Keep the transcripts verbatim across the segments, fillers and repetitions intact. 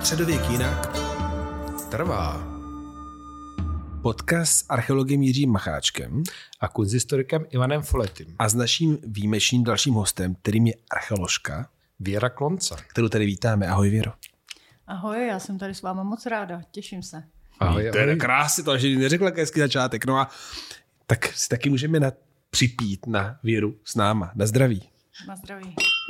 Středověk jinak trvá. Podcast s archeologem Jiřím Macháčkem a kunsthistorikem Ivanem Foletym. A s naším výjimečným dalším hostem, kterým je archeoložka Věra Klonca, kterou tady vítáme. Ahoj, Věro. Ahoj, já jsem tady s váma moc ráda, těším se. Ahoj, to je krásně, to že neřekla hezký začátek. No a tak si taky můžeme na, připít na Věru s náma. Na zdraví. Na zdraví.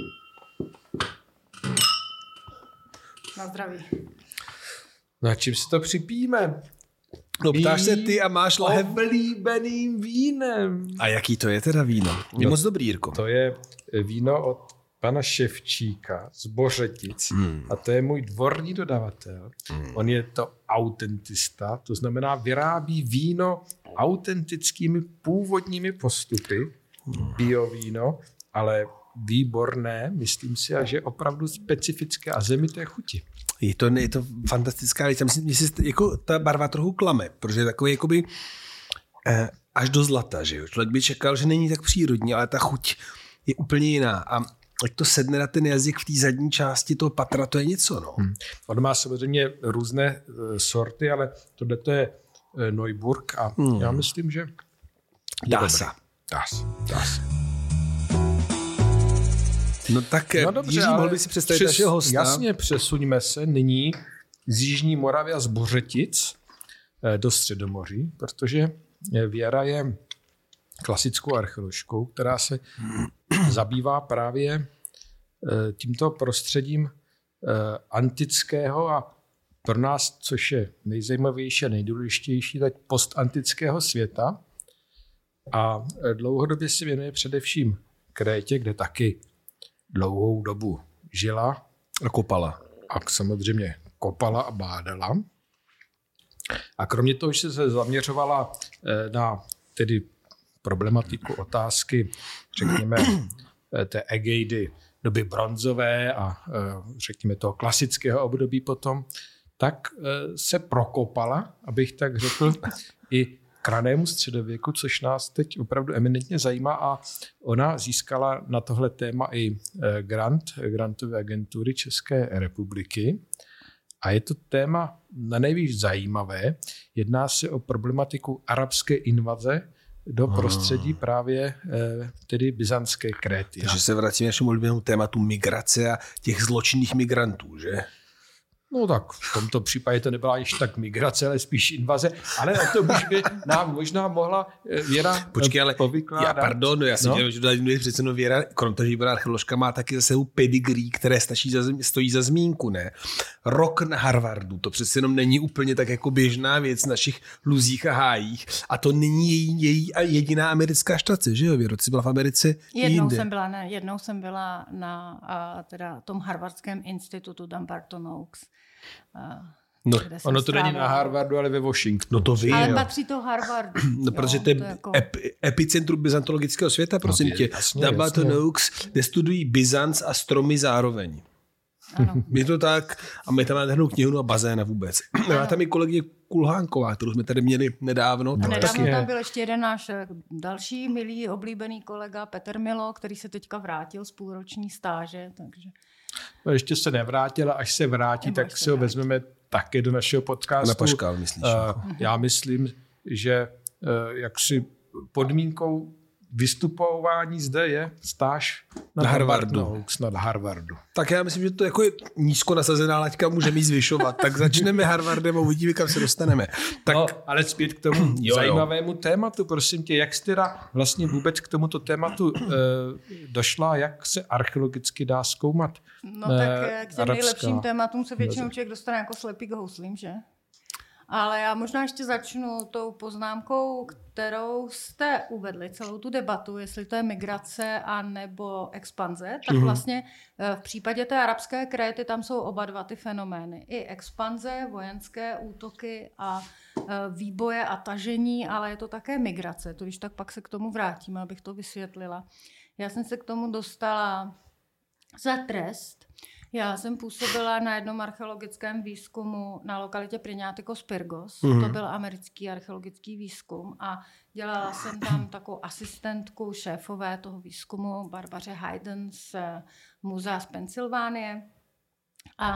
Na zdraví. Na čím si to připijeme? No ptáš se ty a máš lahev oblíbeným vínem. A jaký to je teda víno? Je no, moc dobrý, Jirko. To je víno od pana Ševčíka z Bořetic. Hmm. A to je můj dvorní dodavatel. Hmm. On je to autentista, to znamená vyrábí víno autentickými původními postupy. Hmm. Biovíno, ale výborné, myslím si, a že opravdu specifické a zemité chuti. Je to, je to fantastická věc. Myslím, že jako ta barva trochu klame, protože je takový jakoby eh, až do zlata, že jo. Člověk by čekal, že není tak přírodní, ale ta chuť je úplně jiná. A jak to sedne na ten jazyk v té zadní části toho patra, to je něco, no. Hmm. On má samozřejmě různé uh, sorty, ale tohle to je uh, Neuburg a hmm. já myslím, že dá se. Dá se. Dá se. No tak no dobře, Jiří, mohl by si představit přes, našeho hosta. Jasně, přesuňme se nyní z Jižní Moravy a z Bořetic do Středomoří, protože Věra je klasickou archeoložkou, která se zabývá právě tímto prostředím antického a pro nás, což je nejzajímavější a nejdůležitější, tak postantického světa. A dlouhodobě se věnuje především Krétě, kde taky dlouhou dobu žila a kopala. A samozřejmě kopala a bádala. A kromě toho, že se zaměřovala na tedy problematiku otázky, řekněme, té Egeidy doby bronzové a řekněme toho klasického období potom, tak se prokopala, abych tak řekl, i k ranému středověku, což nás teď opravdu eminentně zajímá a ona získala na tohle téma i grant grantové agentury České republiky a je to téma na nejvíc zajímavé. Jedná se o problematiku arabské invaze do prostředí právě tedy byzantské Kréty. Takže se vracíme našemu oblíbenému tématu migrace a těch zločinných migrantů, že? No tak v tomto případě to nebyla již tak migrace, ale spíš invaze. Ale o tom už by nám možná mohla Věra Počkej, ale povykládat. Já, pardon, já si no? dělám, že tady přece no Věra, krom toho, že byla archeoložka, má taky zase pedigree, které stačí za, stojí za zmínku, ne? Rok na Harvardu, to přece jenom není úplně tak jako běžná věc v našich luzích a hájích. A to není její, její jediná americká štace, že jo, Věro? Jsi byla v Americe jednou jinde. jsem byla, ne, jednou jsem byla na a, teda tom Harvardském institutu Dumbarton Oaks. No, ono to není na Harvardu, ale ve Washingtonu. No to ví, ale jo. patří to Harvardu. No, protože to je, to je jako... epi, epicentrum byzantologického světa, prosím no, tě. Dumbarton Oaks, kde studují Byzanc a stromy zároveň. Ano. Je to tak a my tam nádhernou knihu a bazéna vůbec. Má tam i kolegyně Kulhánková, kterou jsme tady měli nedávno. No, nedávno tam byl ještě jeden náš další milý, oblíbený kolega Petr Milo, který se teďka vrátil z půlroční stáže, takže... No, ještě se nevrátil, až se vrátí, Nebo tak si ho vezmeme také do našeho podcastu. Na Paškál, myslíš? Uh, já myslím, že uh, jaksi podmínkou vystupování zde je stáž na, na Harvardu. Harvardu. Nad Harvardu. Tak já myslím, že to jako je nízko nasazená laťka, můžeme jí zvyšovat. Tak začneme Harvardem a uvidíme, kam se dostaneme. Tak... No, ale zpět k tomu jo, zajímavému jo. tématu, prosím tě, jak jsi teda vlastně vůbec k tomuto tématu e, došla, jak se archeologicky dá zkoumat? No e, tak k těm nejlepším tématům se většinou člověk dostane jako slepý k houslím, že? Ale já možná ještě začnu tou poznámkou, kterou jste uvedli celou tu debatu, jestli to je migrace a nebo expanze, tak vlastně v případě té arabské Kréty tam jsou oba dva ty fenomény. I expanze, vojenské útoky a výboje a tažení, ale je to také migrace. To když tak pak se k tomu vrátíme, abych to vysvětlila. Já jsem se k tomu dostala za trest. Já jsem působila na jednom archeologickém výzkumu na lokalitě Priňátikos Pyrgos. Mm. To byl americký archeologický výzkum a dělala jsem tam takovou asistentku šéfové toho výzkumu Barbaře Hayden z muzea z Pensylvánie. A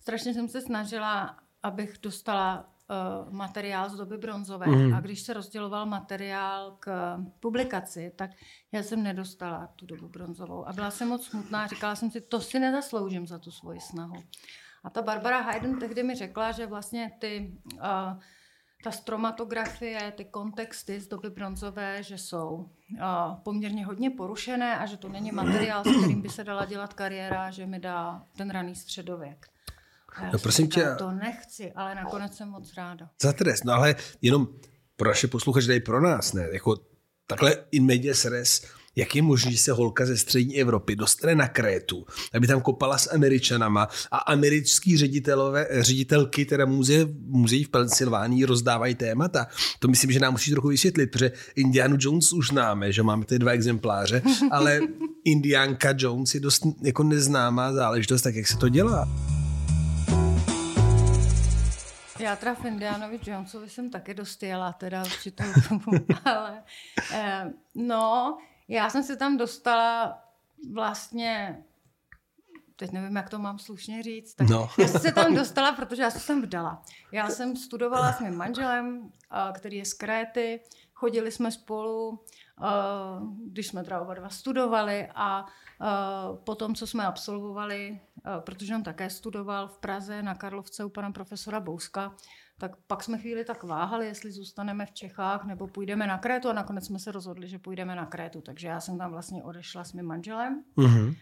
strašně jsem se snažila, abych dostala uh, materiál z doby bronzové. Mm. A když se rozděloval materiál k publikaci, tak já jsem nedostala tu dobu bronzovou. A byla jsem moc smutná, říkala jsem si, to si nezasloužím za tu svoji snahu. A ta Barbara Hayden tehdy mi řekla, že vlastně ty, uh, ta stromatografie, ty kontexty z doby bronzové, že jsou uh, poměrně hodně porušené a že to není materiál, s kterým by se dala dělat kariéra, že mi dá ten raný středověk. A já no, prosím říkala, tě, to nechci, ale nakonec jsem moc ráda. Za trest, no ale jenom pro naše posluchače, tady pro nás, ne, jako takhle in medias res, jak je možné, že se holka ze střední Evropy dostane na Krétu, aby tam kopala s Američanama a americký ředitelové, ředitelky teda muzeí, muzeí v Pensylvánii rozdávají témata. To myslím, že nám musí trochu vysvětlit, protože Indianu Jones už známe, že máme ty dva exempláře, ale Indiánka Jones je dost jako neznámá záležitost, tak jak se to dělá? Já teda v Indianovi Jonesovi jsem taky dost jela teda určitou dobu, ale eh, no, já jsem se tam dostala vlastně, teď nevím, jak to mám slušně říct, tak no. Já jsem se tam dostala, protože já jsem se tam vdala. Já jsem studovala s mým manželem, který je z Kréty, chodili jsme spolu, když jsme teda oba dva studovali a potom, co jsme absolvovali, protože on také studoval v Praze na Karlovce u pana profesora Bouska, tak pak jsme chvíli tak váhali, jestli zůstaneme v Čechách nebo půjdeme na Krétu a nakonec jsme se rozhodli, že půjdeme na Krétu, takže já jsem tam vlastně odešla s mým manželem. Mm-hmm.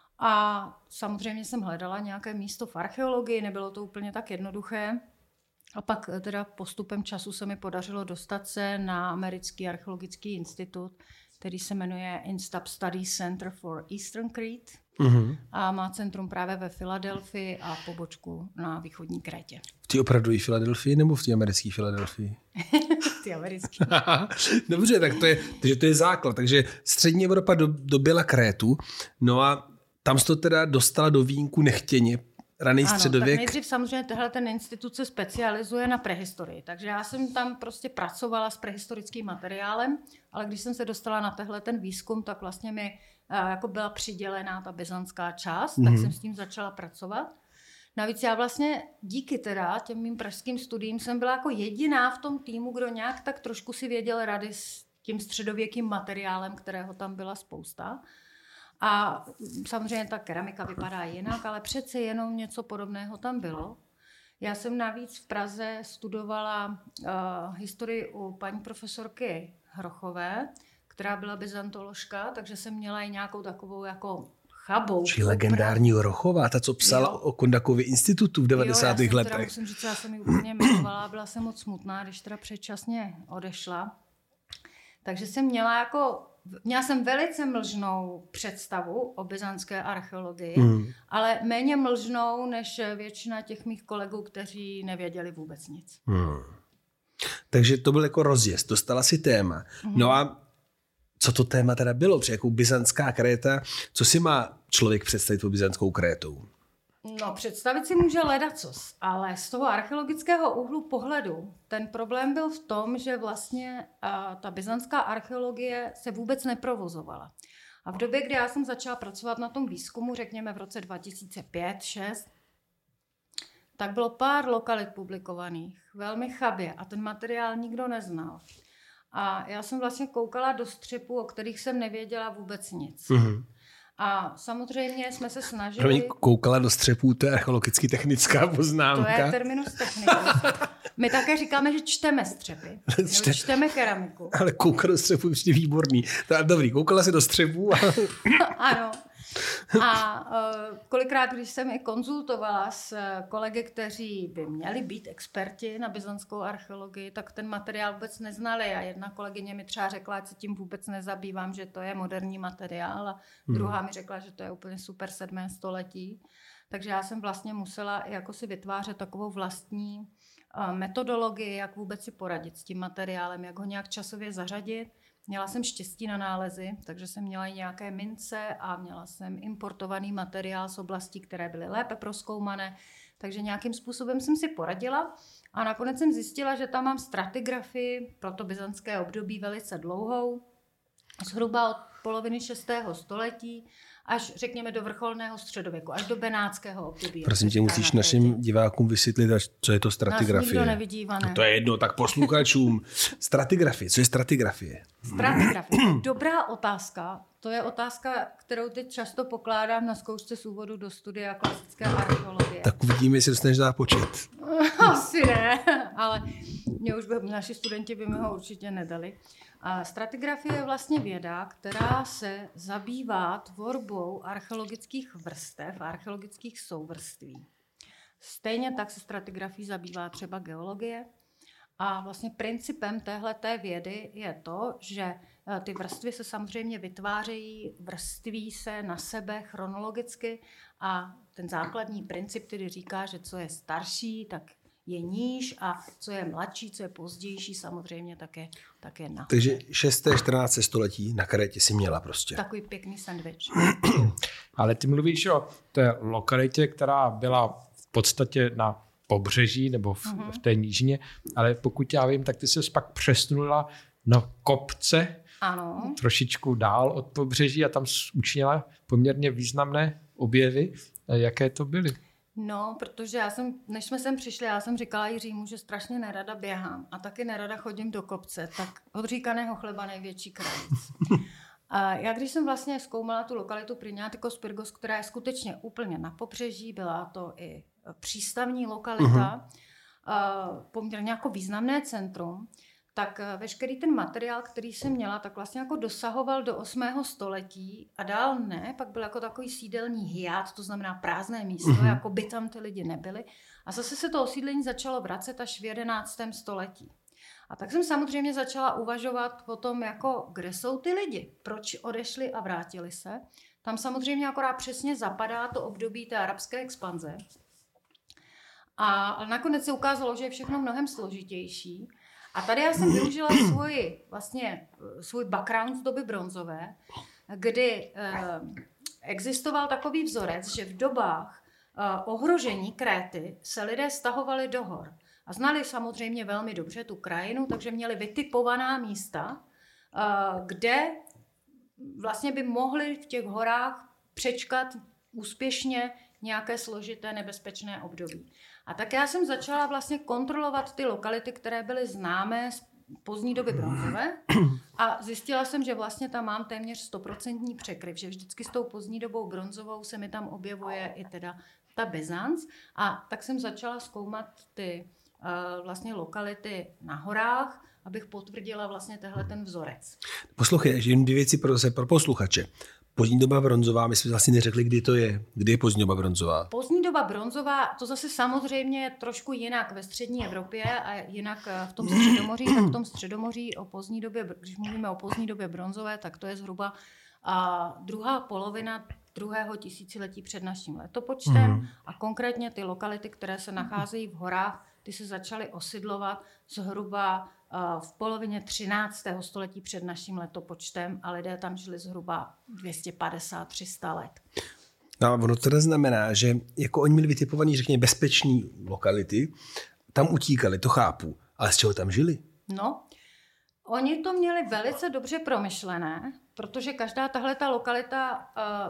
A samozřejmě jsem hledala nějaké místo v archeologii, nebylo to úplně tak jednoduché. A pak teda postupem času se mi podařilo dostat se na Americký archeologický institut, který se jmenuje Instap Study Center for Eastern Crete mm-hmm. a má centrum právě ve Filadelfii a pobočku na východní Krétě. V té opravdové Filadelfii nebo v té americké Filadelfii? V té americké. Dobře, tak to je, takže to je základ. Takže střední Evropa do, dobila Krétu, no a tam jsi to teda dostala do vínku nechtěně, raný ano, středověk. Tak nejdřív samozřejmě tehle ten institut se specializuje na prehistorii, takže já jsem tam prostě pracovala s prehistorickým materiálem, ale když jsem se dostala na tehle ten výzkum, tak vlastně mi uh, jako byla přidělená ta byzantská část, mm-hmm. tak jsem s tím začala pracovat. Navíc já vlastně díky teda těm mým pražským studiím jsem byla jako jediná v tom týmu, kdo nějak tak trošku si věděl rady s tím středověkým materiálem, kterého tam byla spousta. A samozřejmě ta keramika vypadá jinak, ale přeci jenom něco podobného tam bylo. Já jsem navíc v Praze studovala uh, historii u paní profesorky Hrochové, která byla byzantoložka, takže jsem měla i nějakou takovou jako chabou. Či legendární Hrochová, ta, co psala jo. o Kondakově institutu v devadesátých jo, já letech. Teda, musím říct, já jsem ji úplně milovala, byla jsem moc smutná, když teda předčasně odešla. Takže jsem měla jako Měla jsem velice mlžnou představu o byzantské archeologii, mm. ale méně mlžnou než většina těch mých kolegů, kteří nevěděli vůbec nic. Mm. Takže to byl jako rozjezd, dostala si téma. Mm. No a co to téma teda bylo? Protože jako byzantská Kréta, co si má člověk představit po byzantskou Krétou? No, představit si může ledacos, ale z toho archeologického úhlu pohledu ten problém byl v tom, že vlastně a, ta byzantská archeologie se vůbec neprovozovala. A v době, kdy já jsem začala pracovat na tom výzkumu, řekněme v roce dva tisíce pět šest, tak bylo pár lokalit publikovaných, velmi chabě a ten materiál nikdo neznal. A já jsem vlastně koukala do střepů, o kterých jsem nevěděla vůbec nic. Mm-hmm. A samozřejmě jsme se snažili... Promiň, koukala do střepů, to je archeologicky technická poznámka. To je terminus technicus. My také říkáme, že čteme střepy. Čte... Čteme keramiku. Ale koukat do střepů je vždy výborný. Dobrý, koukala si do střepů. A... Ano. A uh, kolikrát, když jsem i konzultovala s kolegy, kteří by měli být experti na byzantskou archeologii, tak ten materiál vůbec neznali. A jedna kolegyně mi třeba řekla, ať se tím vůbec nezabývám, že to je moderní materiál. A hmm. druhá mi řekla, že to je úplně super sedmé století. Takže já jsem vlastně musela jako si vytvářet takovou vlastní uh, metodologii, jak vůbec si poradit s tím materiálem, jak ho nějak časově zařadit. Měla jsem štěstí na nálezy, takže jsem měla i nějaké mince a měla jsem importovaný materiál z oblastí, které byly lépe prozkoumané. Takže nějakým způsobem jsem si poradila a nakonec jsem zjistila, že tam mám stratigrafii pro to byzantské období velice dlouhou, zhruba od poloviny šestého století až řekněme do vrcholného středověku, až do benátského období. Prosím tě, musíš našim divákům vysvětlit, co je to stratigrafie. Nás nikdo nevidí, Ivane. No to je jedno, tak posluchačům. Stratigrafie, co je stratigrafie? Stratigrafie, dobrá otázka. To je otázka, kterou teď často pokládám na zkoušce z úvodu do studia klasické archeologie. Tak uvidíme, jestli dostaneš zápočet. Asi ne, ale mě už by, naši studenti by mi ho určitě nedali. A stratigrafie je vlastně věda, která se zabývá tvorbou archeologických vrstev, archeologických souvrství. Stejně tak se stratigrafií zabývá třeba geologie. A vlastně principem téhleté vědy je to, že ty vrstvy se samozřejmě vytvářejí, vrství se na sebe chronologicky a ten základní princip tedy říká, že co je starší, tak je níž a co je mladší, co je pozdější, samozřejmě také, také na. Takže šesté čtrnácté století na Krétě si měla prostě. Takový pěkný sandwich. Ale ty mluvíš o té lokalitě, která byla v podstatě na pobřeží nebo v, uh-huh. v té nížině, ale pokud já vím, tak ty ses pak přesunula na kopce, ano. trošičku dál od pobřeží a tam učinila poměrně významné objevy. Jaké to byly? No, protože já jsem, než jsme sem přišli, já jsem říkala Jiřímu, že strašně nerada běhám a taky nerada chodím do kopce, tak od říkaného chleba největší krajíc. A já když jsem vlastně zkoumala tu lokalitu Priniatikos Pyrgos, která je skutečně úplně na pobřeží, byla to i přístavní lokalita, uh-huh. poměrně jako významné centrum, tak veškerý ten materiál, který jsem měla, tak vlastně jako dosahoval do osmého století a dál ne, pak byl jako takový sídelní hiát, to znamená prázdné místo, uh-huh. jako by tam ty lidi nebyli. A zase se to osídlení začalo vracet až v jedenáctém století. A tak jsem samozřejmě začala uvažovat o tom, jako, kde jsou ty lidi, proč odešli a vrátili se. Tam samozřejmě akorát přesně zapadá to období té arabské expanze. A nakonec se ukázalo, že je všechno mnohem složitější. A tady já jsem využila svůj, vlastně, svůj background z doby bronzové, kdy eh, existoval takový vzorec, že v dobách eh, ohrožení Kréty se lidé stahovali do hor. A znali samozřejmě velmi dobře tu krajinu, takže měli vytipovaná místa, eh, kde vlastně by mohli v těch horách přečkat úspěšně nějaké složité nebezpečné období. A tak já jsem začala vlastně kontrolovat ty lokality, které byly známé z pozdní doby bronzové a zjistila jsem, že vlastně tam mám téměř stoprocentní překryv, že vždycky s tou pozdní dobou bronzovou se mi tam objevuje i teda ta Byzanc a tak jsem začala zkoumat ty uh, vlastně lokality na horách, abych potvrdila vlastně tehle ten vzorec. Poslouchej, že jen dvě věci pro, pro posluchače. Pozdní doba bronzová, my jsme vlastně neřekli, kdy to je. Kdy je pozdní doba bronzová? Pozdní doba bronzová, to zase samozřejmě je trošku jinak ve střední Evropě a jinak v tom středomoří. Tak v tom středomoří o pozdní době, když mluvíme o pozdní době bronzové, tak to je zhruba a druhá polovina druhého tisíciletí před naším letopočtem. Mm. A konkrétně ty lokality, které se nacházejí v horách, ty se začaly osidlovat zhruba v polovině třináctého století před naším letopočtem a lidé tam žili zhruba dvě stě padesát až tři sta let. No a ono to znamená, že jako oni měli vytipovaný, řekněme, bezpečný lokality, tam utíkali, to chápu, ale z čeho tam žili? No, oni to měli velice dobře promyšlené, protože každá tahleta lokalita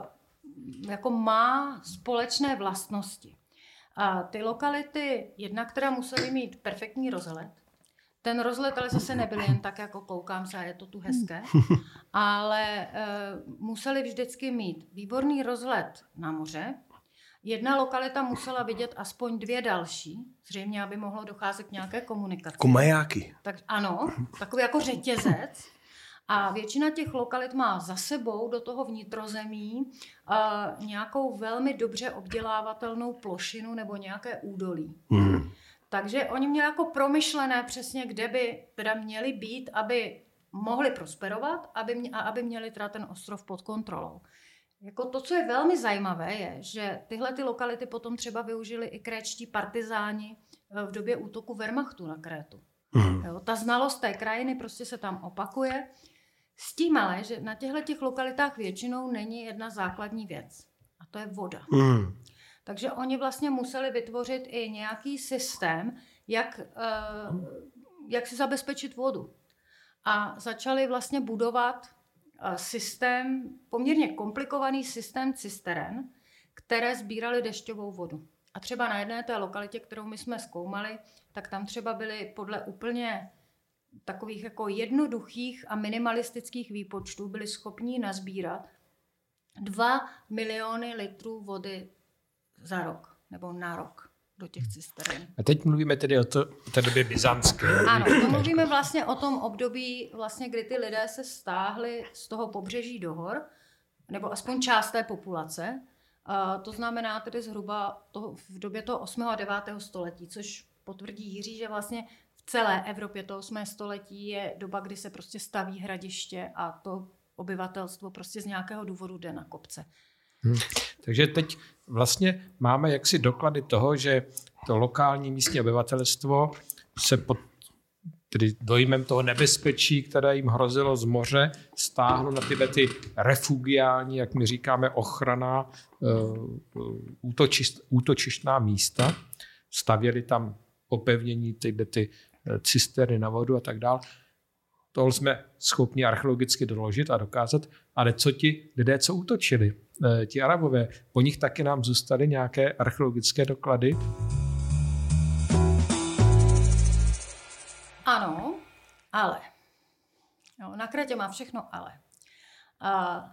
uh, jako má společné vlastnosti. A ty lokality, jedna, která musely mít perfektní rozhled, ten rozhled ale zase nebyl jen tak, jako koukám se a je to tu hezké, ale e, museli vždycky mít výborný rozhled na moře. Jedna lokalita musela vidět aspoň dvě další, zřejmě, aby mohlo docházet k nějaké komunikaci. Jako majáky. Tak, ano, takový jako řetězec. A většina těch lokalit má za sebou do toho vnitrozemí e, nějakou velmi dobře obdělávatelnou plošinu nebo nějaké údolí. Hmm. Takže oni měli jako promyšlené přesně, kde by teda měli být, aby mohli prosperovat aby mě, a aby měli teda ten ostrov pod kontrolou. Jako to, co je velmi zajímavé, je, že tyhle ty lokality potom třeba využili i krétští partizáni v době útoku Wehrmachtu na Krétu. Mm. Jo, ta znalost té krajiny prostě se tam opakuje. S tím ale, že na těchto těch lokalitách většinou není jedna základní věc. A to je voda. Mm. Takže oni vlastně museli vytvořit i nějaký systém, jak, jak si zabezpečit vodu. A začali vlastně budovat systém, poměrně komplikovaný systém cisteren, které sbíraly dešťovou vodu. A třeba na jedné té lokalitě, kterou my jsme zkoumali, tak tam třeba byly podle úplně takových jako jednoduchých a minimalistických výpočtů byli schopní nazbírat dva miliony litrů vody za rok, nebo na rok do těch cisteren. A teď mluvíme tedy o, to, o té době byzantské. Ano, to mluvíme vlastně o tom období, vlastně, kdy ty lidé se stáhli z toho pobřeží do hor, nebo aspoň část té populace. Uh, to znamená tedy zhruba toho, v době toho osmého a devátého století, což potvrdí Jiří, že vlastně v celé Evropě to osmé století je doba, kdy se prostě staví hradiště a to obyvatelstvo prostě z nějakého důvodu jde na kopce. Hmm. Takže teď vlastně máme jaksi doklady toho, že to lokální místní obyvatelstvo se pod tedy dojmem toho nebezpečí, které jim hrozilo z moře, stáhlo na tyhle ty refugiální, jak my říkáme, ochrana, útočišť, útočištná místa. Stavěli tam opevnění, tyhle ty cisterny na vodu a tak dále. Tohle jsme schopni archeologicky doložit a dokázat, ale co ti lidé, co útočili, ti Arabové, po nich taky nám zůstaly nějaké archeologické doklady? Ano, ale. Jo, na Krétě má všechno ale. A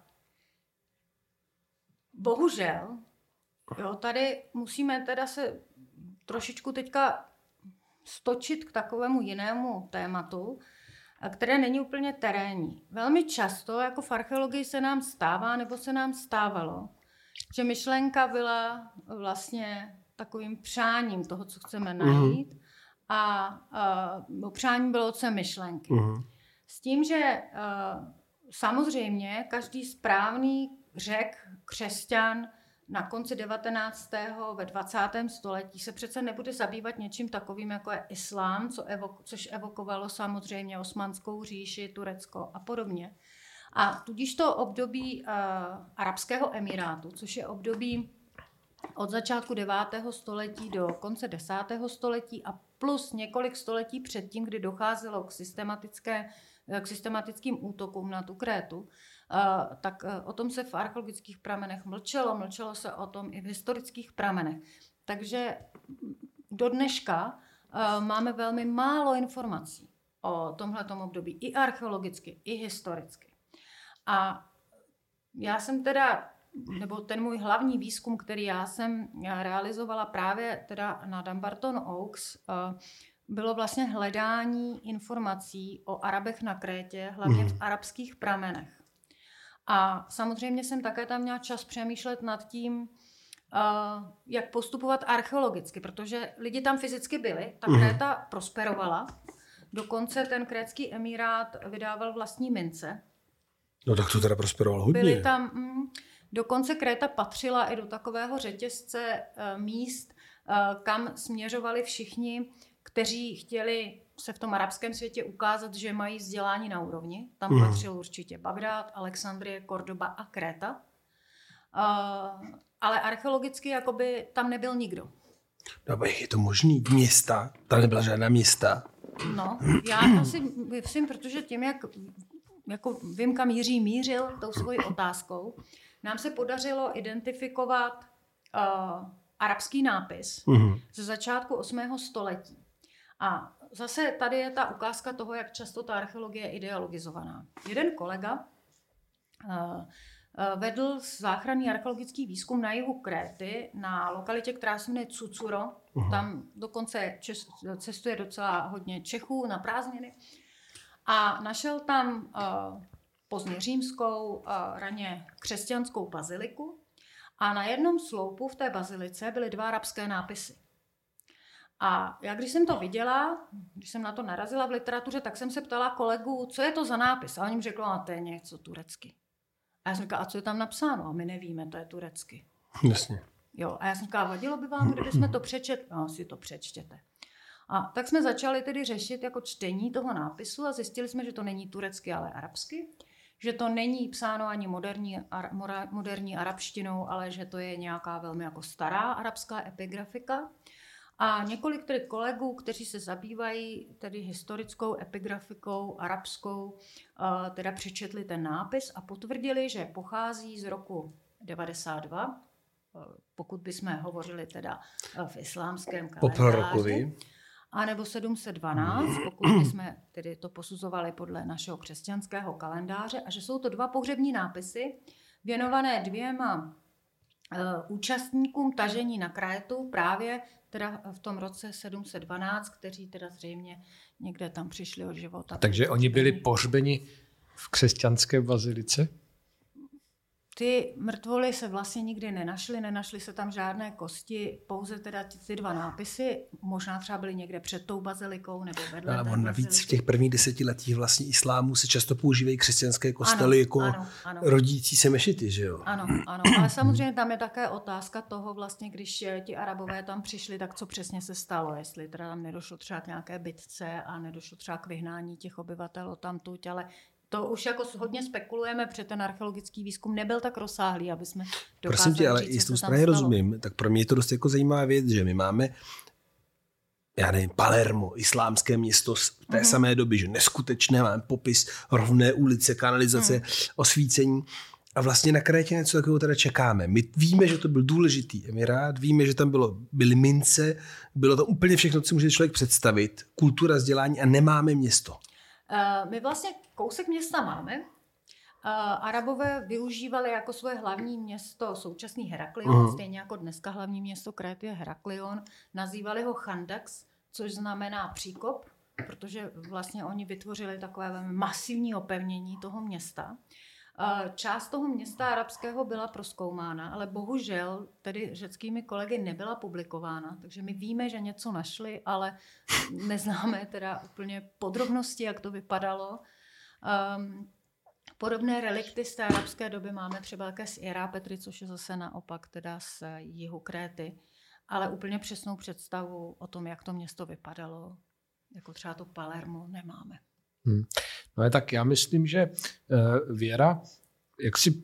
bohužel, jo, tady musíme teda se trošičku teďka stočit k takovému jinému tématu, které není úplně terénní. Velmi často, jako v archeologii se nám stává, nebo se nám stávalo, že myšlenka byla vlastně takovým přáním toho, co chceme najít, uh-huh. a uh, přání bylo otcem myšlenky. Uh-huh. S tím, že uh, samozřejmě každý správný Řek, křesťan na konci devatenáctého ve dvacátém století se přece nebude zabývat něčím takovým, jako je islám, co evok, což evokovalo samozřejmě Osmanskou říši, Turecko a podobně. A tudíž to období uh, Arabského emirátu, což je období od začátku devátého století do konce desátého století a plus několik století předtím, kdy docházelo k, systematické, k systematickým útokům na tu Krétu, Uh, tak uh, o tom se v archeologických pramenech mlčelo, mlčelo se o tom i v historických pramenech. Takže do dneška uh, máme velmi málo informací o tomhletom období, i archeologicky, i historicky. A já jsem teda, nebo ten můj hlavní výzkum, který já jsem realizovala právě teda na Dumbarton Oaks, uh, bylo vlastně hledání informací o Arabech na Krétě, hlavně v arabských pramenech. A samozřejmě jsem také tam měla čas přemýšlet nad tím, uh, jak postupovat archeologicky, protože lidi tam fyzicky byli, ta Kréta mm. prosperovala, dokonce ten krétský emirát vydával vlastní mince. No tak to teda prosperoval hodně. Byli tam, mm, dokonce Kréta patřila i do takového řetězce uh, míst, uh, kam směřovali všichni, kteří chtěli se v tom arabském světě ukázat, že mají vzdělání na úrovni. Tam mm. patřil určitě Bagdád, Alexandrie, Kordoba a Kréta. Uh, ale archeologicky jakoby tam nebyl nikdo. No, jak je to možný? Města? Tam nebyla žádná města? No, já asi myslím, protože tím, jak jako vím, kam Jiří mířil tou svojí otázkou, nám se podařilo identifikovat uh, arabský nápis mm. ze začátku osmého století. A zase tady je ta ukázka toho, jak často ta archeologie je ideologizovaná. Jeden kolega uh, uh, vedl záchranný archeologický výzkum na jihu Kréty, na lokalitě, která se jmenuje Cucuro. Uh-huh. Tam dokonce čes, cestuje docela hodně Čechů na prázdniny. A našel tam uh, pozdně římskou, uh, raně křesťanskou baziliku. A na jednom sloupu v té bazilice byly dva arabské nápisy. A já když jsem to viděla, když jsem na to narazila v literatuře, tak jsem se ptala kolegů, co je to za nápis. A oni mi řekli, a to je něco turecky. A já jsem říkala, a co je tam napsáno? A my nevíme, to je turecky. Jasně. Jo, a já jsem říkala, vadilo by vám, kdybychom to přečetli? No, si to přečtěte. A tak jsme začali tedy řešit jako čtení toho nápisu a zjistili jsme, že to není turecky, ale arabsky. Že to není psáno ani moderní, ar, moderní arabštinou, ale že to je nějaká velmi jako stará arabská epigrafika. A několik tedy kolegů, kteří se zabývají tedy historickou epigrafikou arabskou, teda přečetli ten nápis a potvrdili, že pochází z roku devadesát dva, pokud bychom hovořili teda v islámském kalendáři, a nebo sedm set dvanáct, pokud bychom tedy to posuzovali podle našeho křesťanského kalendáře, a že jsou to dva pohřební nápisy věnované dvěma uh, účastníkům tažení na Krétu právě teda v tom roce sedm set dvanáct, kteří teda zřejmě někde tam přišli od života. Takže oni byli pohřbeni v křesťanské bazilice? Ty mrtvoly se vlastně nikdy nenašly, nenašly se tam žádné kosti, pouze teda ty, ty dva nápisy, možná třeba byly někde před tou bazilikou nebo vedle ale té on navíc baziliky. V těch prvních desetiletích vlastně islámu se často používají křesťanské kostely ano, jako ano, ano. rodící se mešity, že jo? Ano, ano, ale samozřejmě tam je také otázka toho vlastně, když ti Arabové tam přišli, tak co přesně se stalo, jestli teda tam nedošlo třeba k nějaké bitce a nedošlo třeba k vyhnání těch obyvatel odtamtud, ale to už jako hodně spekulujeme, protože ten archeologický výzkum nebyl tak rozsáhlý, aby jsme dokázali Prosím tě, ale říct, jestli co se tam správně stalo. rozumím, tak pro mě je to dost jako zajímavá věc, že my máme, já nevím, Palermo, islámské město z té mm. samé doby, že neskutečné, máme popis, rovné ulice, kanalizace, mm. osvícení. A vlastně na Krétě něco takového teda čekáme. My víme, že to byl důležitý emirát, víme, že tam bylo, byly mince, bylo to úplně všechno, co může člověk představit, kultura, vzdělání, a nemáme město. Uh, my vlastně kousek města máme. Uh, Arabové využívali jako svoje hlavní město současný Heraklion, uh-huh. stejně jako dneska hlavní město Kréty je Heraklion. Nazývali ho Chandax, což znamená příkop, protože vlastně oni vytvořili takové velmi masivní opevnění toho města. Uh, část toho města arabského byla prozkoumána, ale bohužel tedy řeckými kolegy nebyla publikována, takže my víme, že něco našli, ale neznáme teda úplně podrobnosti, jak to vypadalo. Um, podobné relikty z té arabské doby máme třeba také z Ierapetry, což je zase naopak teda z jihu Kréty, ale úplně přesnou představu o tom, jak to město vypadalo, jako třeba to Palermo, nemáme. Hmm. No tak já myslím, že uh, Věra jak si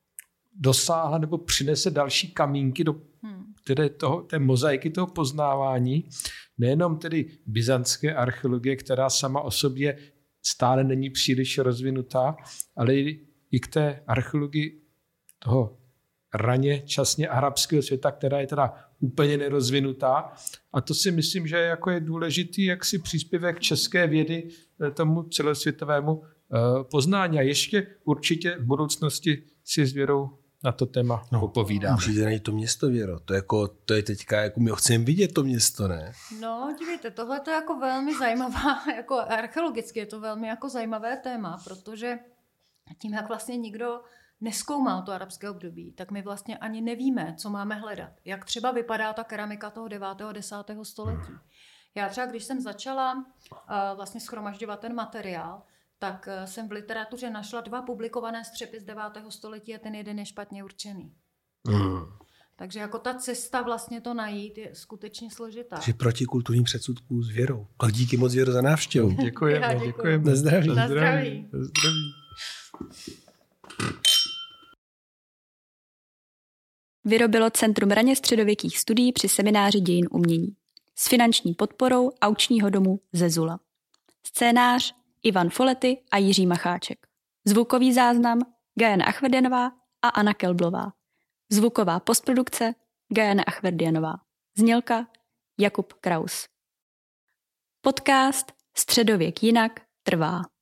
dosáhla nebo přinese další kamínky do hmm. tedy toho, té mozaiky toho poznávání, nejenom tedy byzantské archeologie, která sama o sobě stále není příliš rozvinutá, ale i, i k té archeologii toho raně časně arabského světa, která je teda úplně nerozvinutá. A to si myslím, že jako je důležitý jaksi příspěvek české vědy tomu celosvětovému poznání. A ještě určitě v budoucnosti si s Věrou na to téma no, popovídáme. Můžete najít to město, Věro. To, jako, to je teďka, jako my ho chceme vidět, to město, ne? No, dívejte, tohle je jako velmi zajímavá, jako archeologicky je to velmi jako zajímavé téma, protože tím, jak vlastně nikdo nezkoumal to arabské období, tak my vlastně ani nevíme, co máme hledat. Jak třeba vypadá ta keramika toho devátého a desátého století. Já třeba, když jsem začala uh, vlastně shromažďovat ten materiál, tak uh, jsem v literatuře našla dva publikované střepy z devátého století a ten jeden je špatně určený. Mm. Takže jako ta cesta vlastně to najít je skutečně složitá. Takže proti kulturním předsudkům s Věrou. Tak díky moc, Věro, za návštěvu. Děkujeme, děkuji. děkujeme. Na zdraví. Na zdraví. Na zdraví. Vyrobilo Centrum raně středověkých studií při semináři dějin umění s finanční podporou Aukčního domu Zezula. Scénář Ivan Folety a Jiří Macháček. Zvukový záznam Gajana Achverdianová a Anna Kelblová. Zvuková postprodukce Gajana Achverdianová. Znělka Jakub Kraus. Podcast Středověk jinak trvá.